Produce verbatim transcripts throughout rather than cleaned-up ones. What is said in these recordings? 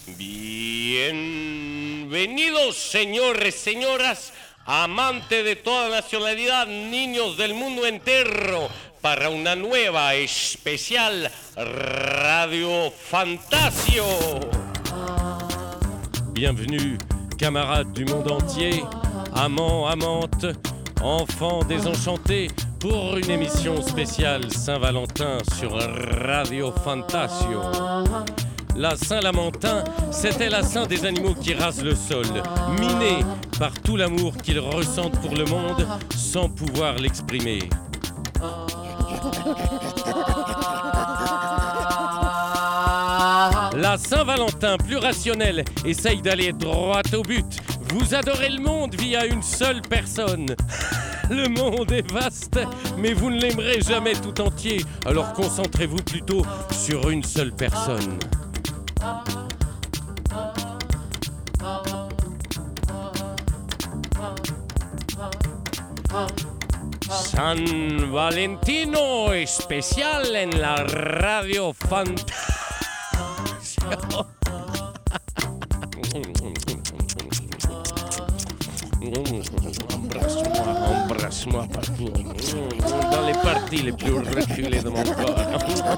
Bienvenidos, señores, señoras, amantes de toda nacionalidad, niños del mundo entero, para una nueva especial Radio Fantasio. Bienvenue, camarades du monde entier, amants, amantes, enfants désenchantés, pour une émission spéciale Saint-Valentin sur Radio Fantasio. La Saint-Lamentin, c'était la saint des animaux qui rasent le sol, minés par tout l'amour qu'ils ressentent pour le monde sans pouvoir l'exprimer. La Saint-Valentin, plus rationnelle, essaye d'aller droit au but. Vous adorez le monde via une seule personne. Le monde est vaste, mais vous ne l'aimerez jamais tout entier. Alors concentrez-vous plutôt sur une seule personne. San Valentino especial en la Radio Fantasio. Embrasse-moi, embrasse-moi partout, dans les parties les plus reculées de mon corps.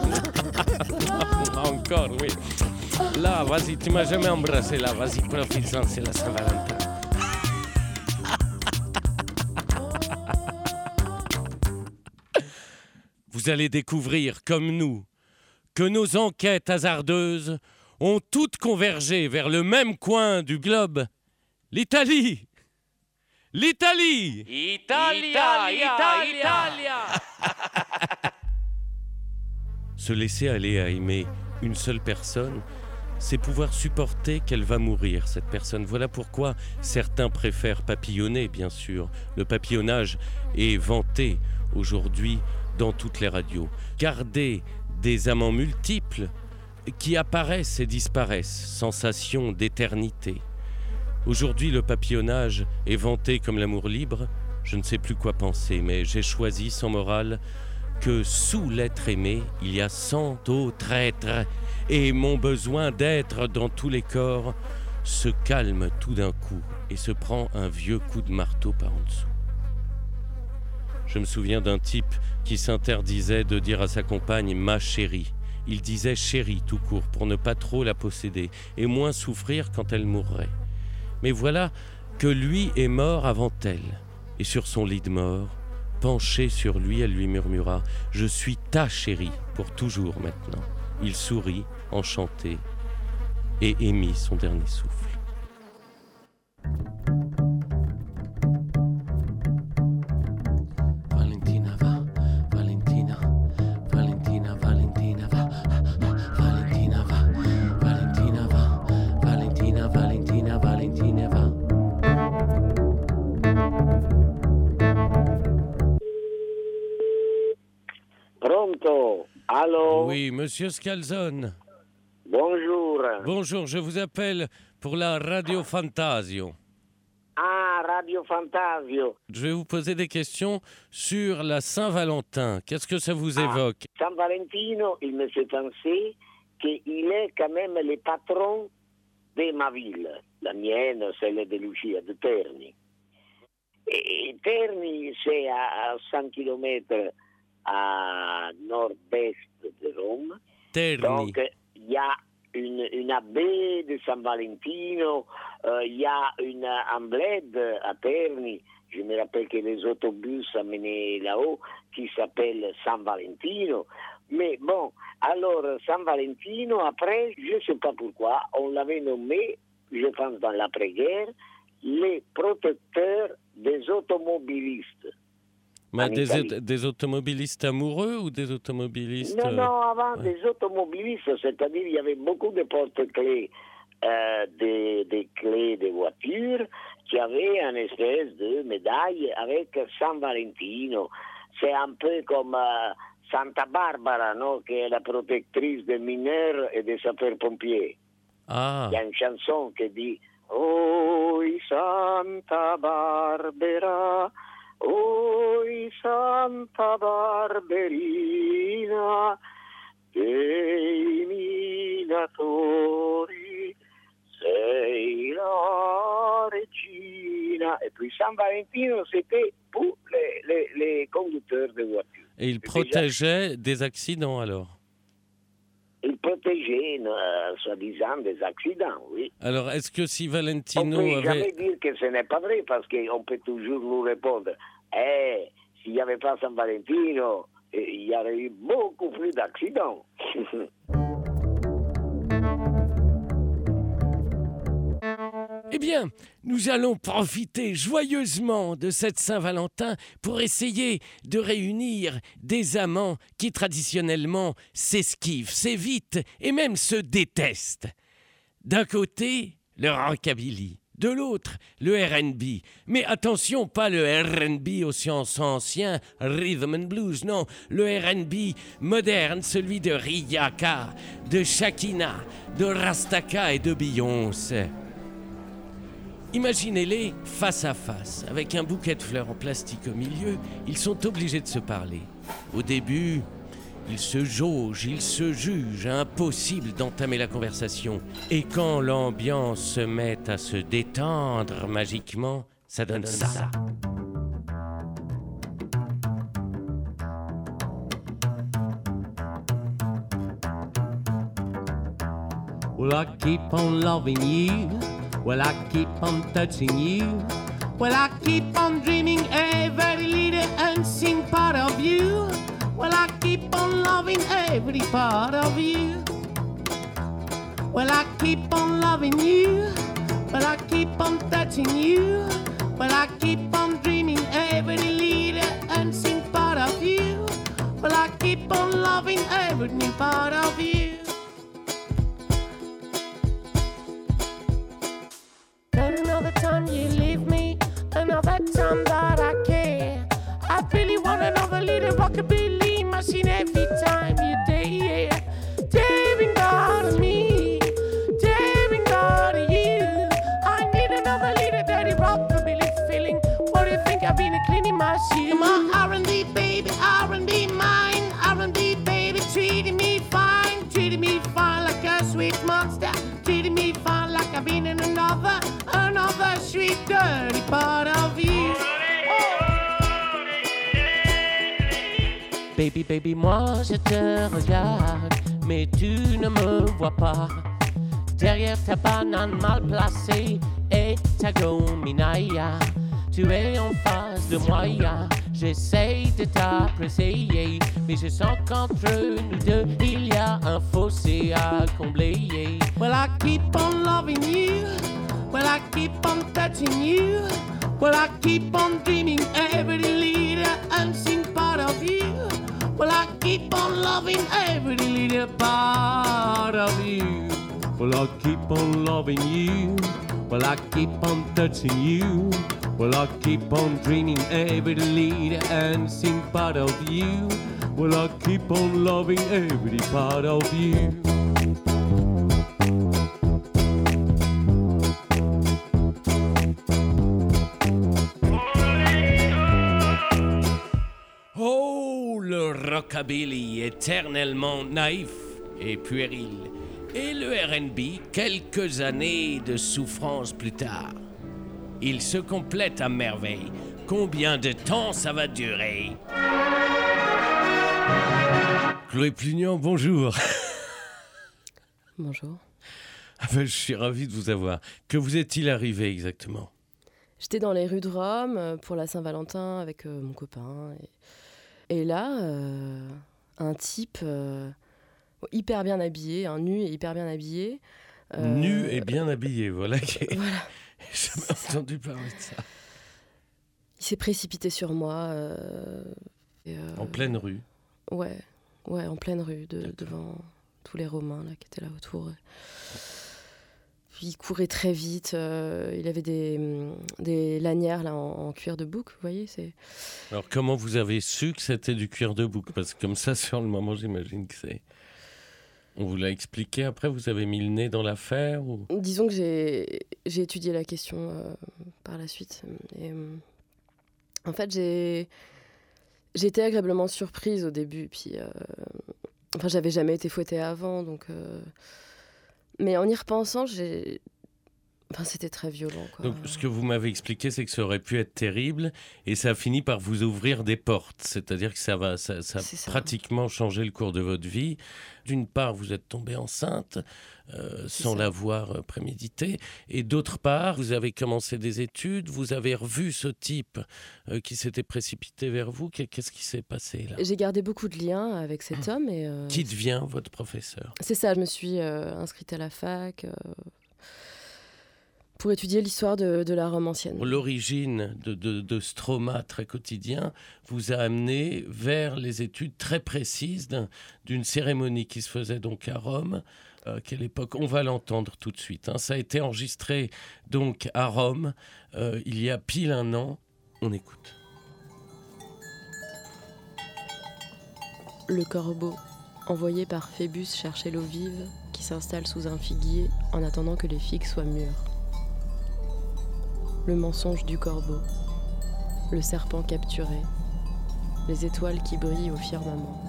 Encore, oui. Là, vas-y, tu m'as jamais embrassé, là, vas-y, profite-en, c'est la Saint-Valentin. Vous allez découvrir, comme nous, que nos enquêtes hasardeuses ont toutes convergé vers le même coin du globe, l'Italie. L'Italie! Italia, Italia, Italia. Se laisser aller à aimer une seule personne, c'est pouvoir supporter qu'elle va mourir, cette personne. Voilà pourquoi certains préfèrent papillonner, bien sûr. Le papillonnage est vanté aujourd'hui dans toutes les radios. Garder des amants multiples qui apparaissent et disparaissent, sensation d'éternité. Aujourd'hui, le papillonnage est vanté comme l'amour libre. Je ne sais plus quoi penser, mais j'ai choisi sans morale que sous l'être aimé, il y a cent autres êtres, et mon besoin d'être dans tous les corps se calme tout d'un coup et se prend un vieux coup de marteau par en dessous. Je me souviens d'un type qui s'interdisait de dire à sa compagne « ma chérie ». Il disait « chérie » tout court pour ne pas trop la posséder et moins souffrir quand elle mourrait. Mais voilà que lui est mort avant elle. Et sur son lit de mort, penchée sur lui, elle lui murmura « Je suis ta chérie pour toujours maintenant ». Il sourit, enchanté, et émit son dernier souffle. Valentina va, Valentina, Valentina, Valentina va, Valentina va, Valentina va, Valentina, Valentina, Valentina va. Pronto? Allô? Oui, monsieur Scalzone. Bonjour. Bonjour, je vous appelle pour la Radio Fantasio. Ah, Radio Fantasio. Je vais vous poser des questions sur la Saint-Valentin. Qu'est-ce que ça vous évoque? Ah, San Valentino, il me fait penser qu'il est quand même le patron de ma ville, la mienne, celle de Lucia, de Terni. Et Terni, c'est à cent kilomètres à nord-est de Rome. Terni. Donc, il y a une, une abbaye de San Valentino, euh, il y a une emblède à Terni, je me rappelle que les autobus amenaient là-haut, qui s'appelle San Valentino. Mais bon, alors San Valentino, après, je ne sais pas pourquoi, on l'avait nommé, je pense dans l'après-guerre, les protecteurs des automobilistes. Mais des, des automobilistes amoureux ou des automobilistes... Non, non, avant ouais. Des automobilistes, c'est-à-dire il y avait beaucoup de porte-clés, euh, des, des clés de voitures qui avaient une espèce de médaille avec San Valentino. C'est un peu comme euh, Santa Barbara, non, qui est la protectrice des mineurs et des sapeurs-pompiers. Ah. Il y a une chanson qui dit « Oh, Santa Barbara ». Oi Santa Barberina dei minatori du San Valentino, c'était pour les, les, les conducteurs de voitures. Et il protégeait des accidents alors? Il protégeait, euh, soi-disant, des accidents, oui. Alors, est-ce que si Valentino on ne peut avait... jamais dire que ce n'est pas vrai, parce qu'on peut toujours nous répondre, eh, s'il n'y avait pas San Valentino, il y aurait eu beaucoup plus d'accidents. Eh bien, nous allons profiter joyeusement de cette Saint-Valentin pour essayer de réunir des amants qui traditionnellement s'esquivent, s'évitent et même se détestent. D'un côté, le rockabilly, de l'autre, le R and B. Mais attention, pas le R and B au sens ancien, rhythm and blues, non, le R and B moderne, celui de Riyaka, de Shakina, de Rastaka et de Beyoncé. Imaginez-les face à face, avec un bouquet de fleurs en plastique au milieu, ils sont obligés de se parler. Au début, ils se jaugent, ils se jugent, impossible d'entamer la conversation. Et quand l'ambiance se met à se détendre magiquement, ça donne ça. ça. Well, I keep on loving you. Well, I keep on touching you. Well, I keep on dreaming every little unseen part of you. Well, I keep on loving every part of you. Well, I keep on loving you. Well, I keep on touching you. Well, I keep on dreaming every little unseen part of you. Well, I keep on loving every new part of you. Another time you leave me, another time that I care. I really want another little rockabilly machine every time you're there. Daring God of me, daring God of you. I need another little dirty rockabilly feeling. What do you think I've been a cleaning machine? My R and B baby, R and B mine, R and B baby treating me fine, treating me fine like a sweet monster, treating me fine like I've been in another. Another sweet dirty part of you. Oh. Baby, baby, moi je te regarde, mais tu ne me vois pas. Derrière ta banane mal placée et ta gominaya, tu es en face de moi. J'essaye de t'apprécier, mais je sens qu'entre nous deux il y a un fossé à combler. Well, I keep on loving you. Well, I keep on touching you. Well, I keep on dreaming every little unseen part of you. Well, I keep on loving every little part of you. Well, I keep on loving you. Well, I keep on touching you. Well, I keep on dreaming every little unseen part of you. Well, I keep on loving every part of you. Rockabilly éternellement naïf et puéril, et le R and B quelques années de souffrance plus tard. Ils se complètent à merveille. Combien de temps ça va durer? Chloé Plugnan, bonjour. Bonjour. Ah ben, je suis ravi de vous avoir. Que vous est-il arrivé exactement? J'étais dans les rues de Rome pour la Saint-Valentin avec euh, mon copain. Et... Et là, euh, un type euh, hyper bien habillé, un nu et hyper bien habillé. Euh, nu et bien habillé, voilà. Qui est... voilà. J'ai jamais entendu parler de ça. Il s'est précipité sur moi. Euh, et, euh, en pleine rue. Ouais, ouais, en pleine rue, de, devant tous les Romains là, qui étaient là autour. Puis il courait très vite, euh, il avait des, des lanières là, en, en cuir de bouc, vous voyez. C'est... Alors comment vous avez su que c'était du cuir de bouc? Parce que comme ça, sur le moment, j'imagine que c'est... On vous l'a expliqué après, vous avez mis le nez dans l'affaire ou... Disons que j'ai, j'ai étudié la question euh, par la suite. Et, euh, en fait, j'ai, j'ai été agréablement surprise au début. Puis, euh, enfin, j'avais jamais été fouettée avant, donc... Euh, Mais en y repensant, j'ai... Enfin, c'était très violent, quoi. Donc, ce que vous m'avez expliqué, c'est que ça aurait pu être terrible et ça a fini par vous ouvrir des portes. C'est-à-dire que ça, va, ça, ça a ça. pratiquement changé le cours de votre vie. D'une part, vous êtes tombée enceinte euh, sans ça. l'avoir euh, prémédité. Et d'autre part, vous avez commencé des études, vous avez revu ce type euh, qui s'était précipité vers vous. Qu'est-ce qui s'est passé là ? J'ai gardé beaucoup de liens avec cet homme. Et, euh, Qui devient votre professeur ? C'est ça, je me suis euh, inscrite à la fac... Euh... pour étudier l'histoire de, de la Rome ancienne. L'origine de, de, de ce trauma très quotidien vous a amené vers les études très précises d'un, d'une cérémonie qui se faisait donc à Rome. Euh, quelle époque ? On va l'entendre tout de suite. Hein. Ça a été enregistré donc à Rome euh, il y a pile un an. On écoute. Le corbeau, envoyé par Phébus chercher l'eau vive, qui s'installe sous un figuier en attendant que les figues soient mûres. Le mensonge du corbeau, le serpent capturé, les étoiles qui brillent au firmament.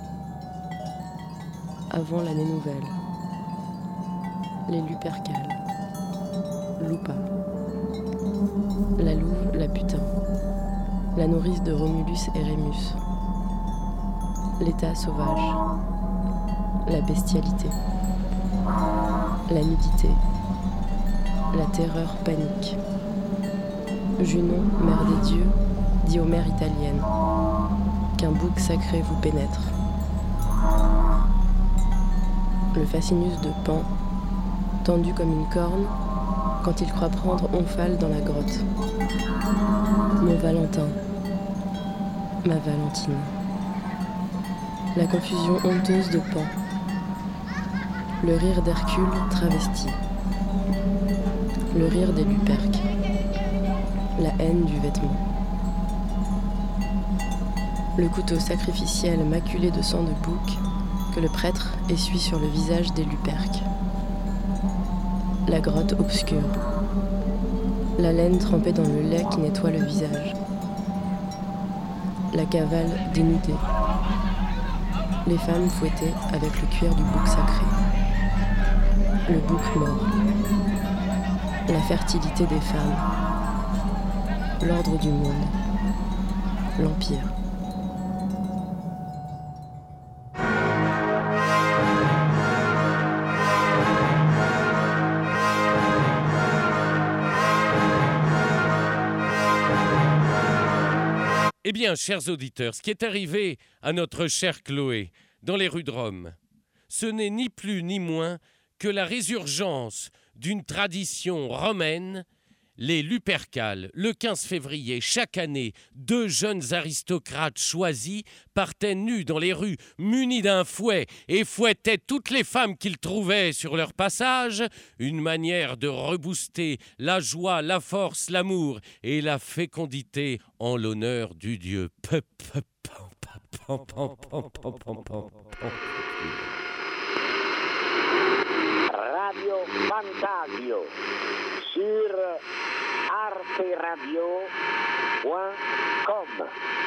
Avant l'année nouvelle, les lupercales, Lupa, la louve, la putain, la nourrice de Romulus et Rémus, l'état sauvage, la bestialité, la nudité, la terreur panique. Junon, mère des dieux, dit aux mères italiennes qu'un bouc sacré vous pénètre. Le fascinus de Pan, tendu comme une corne, quand il croit prendre Omphale dans la grotte. Mon Valentin, ma Valentine. La confusion honteuse de Pan. Le rire d'Hercule travesti. Le rire des Luperques. La haine du vêtement. Le couteau sacrificiel maculé de sang de bouc que le prêtre essuie sur le visage des Luperques. La grotte obscure. La laine trempée dans le lait qui nettoie le visage. La cavale dénudée. Les femmes fouettées avec le cuir du bouc sacré. Le bouc mort. La fertilité des femmes. L'ordre du monde, l'Empire. Eh bien, chers auditeurs, ce qui est arrivé à notre chère Chloé dans les rues de Rome, ce n'est ni plus ni moins que la résurgence d'une tradition romaine. Les Lupercales, le quinze février, chaque année, deux jeunes aristocrates choisis partaient nus dans les rues, munis d'un fouet, et fouettaient toutes les femmes qu'ils trouvaient sur leur passage, une manière de rebooster la joie, la force, l'amour et la fécondité en l'honneur du dieu. Radio Fantasio sur arteradio point com.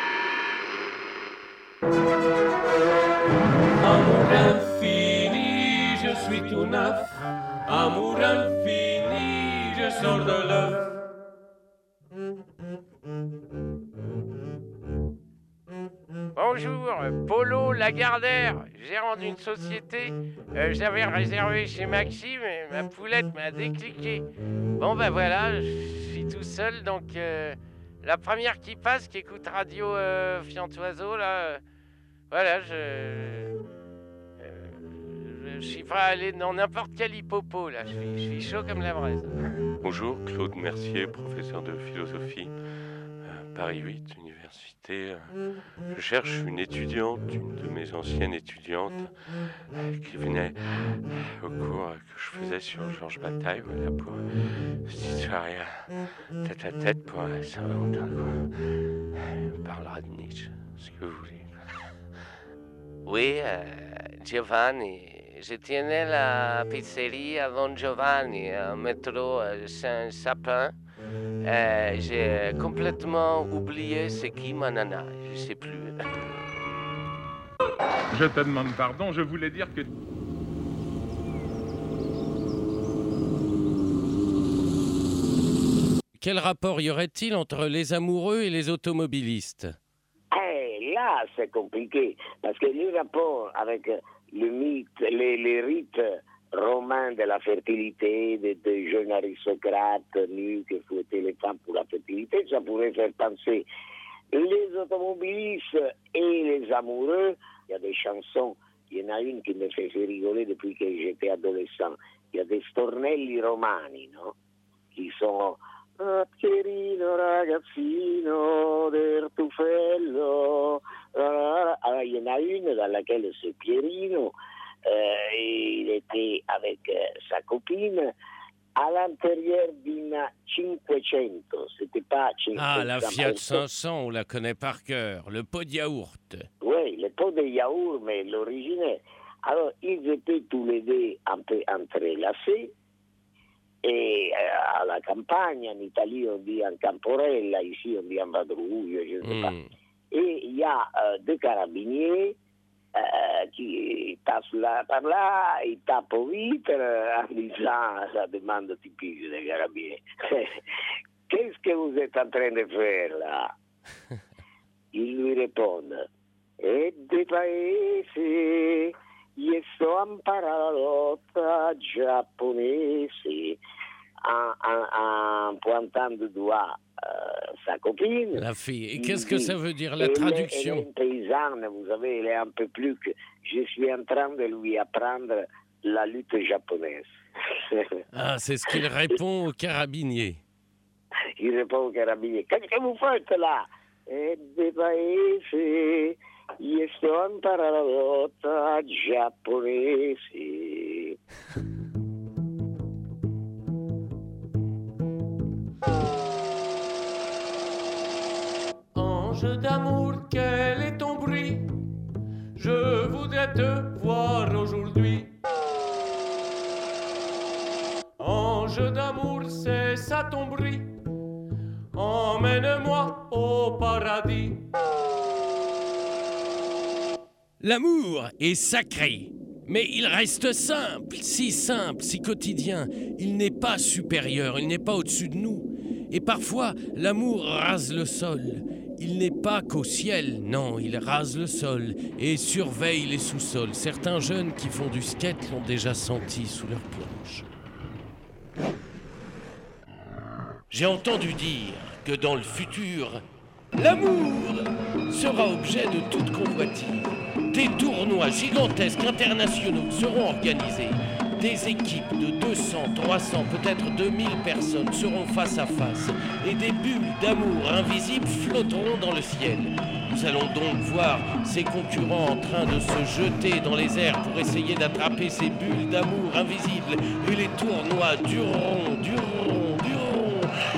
Amour infini, je suis tout neuf. Amour infini, je sors de l'œuf. Bonjour, Polo Lagardère, gérant d'une société. Euh, J'avais réservé chez Maxime et ma poulette m'a décliqué. Bon ben voilà, je suis tout seul, donc euh, la première qui passe, qui écoute Radio euh, Fiantoiseau, là, euh, voilà, je, euh, je, je suis prêt à aller dans n'importe quel hippopo, là, je suis, je suis chaud comme la braise. Bonjour, Claude Mercier, professeur de philosophie, euh, Paris huit, université. Euh, je cherche une étudiante, une de mes anciennes étudiantes, euh, qui venait euh, au cours euh, que je faisais sur Georges Bataille, voilà, pour une petite soirée euh, tête à tête pour euh, Saint-Valentin, quoi. Euh, on parlera de Nietzsche, ce que vous voulez. Oui, euh, Giovanni, je tenais la pizzeria Don Giovanni, au métro euh, Saint-Sapin. Euh, j'ai complètement oublié c'est qui ma nana, je sais plus. Je te demande pardon, je voulais dire que... quel rapport y aurait-il entre les amoureux et les automobilistes? Eh, là, c'est compliqué, parce que le rapport avec le mythe, les, les rites romains de la fertilité, des de jeunes aristocrates nus qui fouettaient les femmes pour la fertilité, ça pourrait faire penser les automobilistes et les amoureux. Il y a des chansons, il y en a une qui me faisait rigoler depuis que j'étais adolescent. Il y a des stornelli romani, no? Qui sont ah, Pierino ragazzino del Tufello. Alors, il y en a une dans laquelle c'est Pierino, euh, il était avec euh, sa copine à l'intérieur d'une cinquecento, c'était pas cinq cents. Ah, la Fiat cinq cents, on la connaît par cœur, le pot de yaourt. Oui, le pot de yaourt, mais l'original. Alors, ils étaient tous les deux un peu entrelacés, et euh, à la campagne, en Italie, on dit en camporella, ici, on dit en vadrouille, je ne sais Mm. pas. Et il y a euh, deux carabiniers euh, qui passent là, par là, ils tapent au vitre en disant la demande typique des carabiniers. Qu'est-ce que vous êtes en train de faire là? Ils lui répondent, e de paese, io sto a imparare la lotta giapponese, en, en, en pointant du doigt euh, sa copine. La fille. Et Il qu'est-ce que dit, ça veut dire, la elle est- traduction? Elle est une paysanne, vous savez, elle est un peu plus que... Je suis en train de lui apprendre la lutte japonaise. Ah, c'est ce qu'il répond au carabinier. Il répond au carabinier, qu'est-ce que vous faites là? E de paese, io sto a imparare la lotta giapponese. Ange d'amour, quel est ton bruit? Je voudrais te voir aujourd'hui. Ange d'amour, c'est ça ton bruit. Emmène-moi au paradis. L'amour est sacré, mais il reste simple, si simple, si quotidien. Il n'est pas supérieur, il n'est pas au-dessus de nous. Et parfois, l'amour rase le sol. Il n'est pas qu'au ciel, non, il rase le sol et surveille les sous-sols. Certains jeunes qui font du skate l'ont déjà senti sous leur planche. J'ai entendu dire que dans le futur, l'amour sera objet de toute convoitise. Des tournois gigantesques internationaux seront organisés. Des équipes de deux cents, trois cents, peut-être deux mille personnes seront face à face. Et des bulles d'amour invisibles flotteront dans le ciel. Nous allons donc voir ces concurrents en train de se jeter dans les airs pour essayer d'attraper ces bulles d'amour invisibles. Et les tournois dureront, dureront, dureront.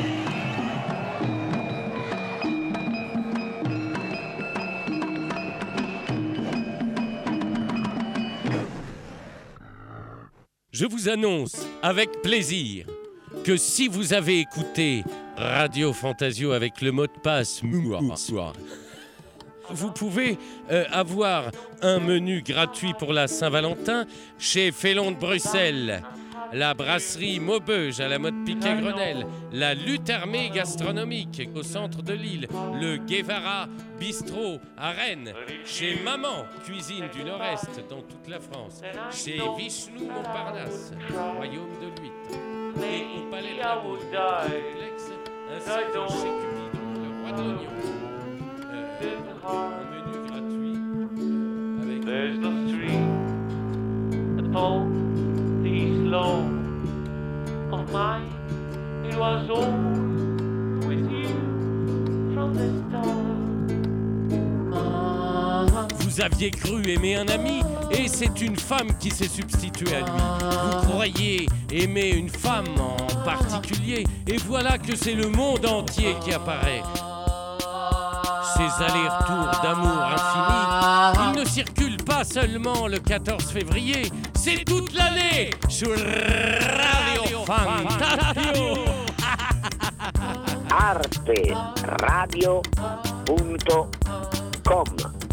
Je vous annonce avec plaisir que si vous avez écouté Radio Fantasio avec le mot de passe Moua, vous pouvez euh, avoir un menu gratuit pour la Saint-Valentin chez Félon de Bruxelles, la brasserie Maubeuge à la mode Piquet-Grenelle, la lutte armée gastronomique au centre de Lille, le Guevara Bistrot à Rennes, chez Maman Cuisine du Nord-Est dans toute la France, chez Vishnu Montparnasse, royaume de l'huître, et au Palais de la Mode, Complexe, ainsi que chez Cupidon, le roi de l'oignon. Euh, un menu gratuit euh, avec... There's no street that falls these low of mine. It was all with you from the start. Vous aviez cru aimer un ami et c'est une femme qui s'est substituée à lui. Vous croyez aimer une femme en particulier et voilà que c'est le monde entier qui apparaît. Ces allers-retours d'amour infini, ils ne circulent pas seulement le quatorze février, c'est toute l'année sur Radio Fantasio. arte radio punto com.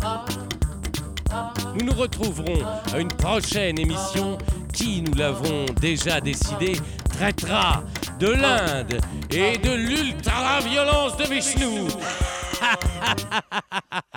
Nous nous retrouverons à une prochaine émission qui, nous l'avons déjà décidé, traitera de l'Inde et de l'ultra-violence de Vishnu.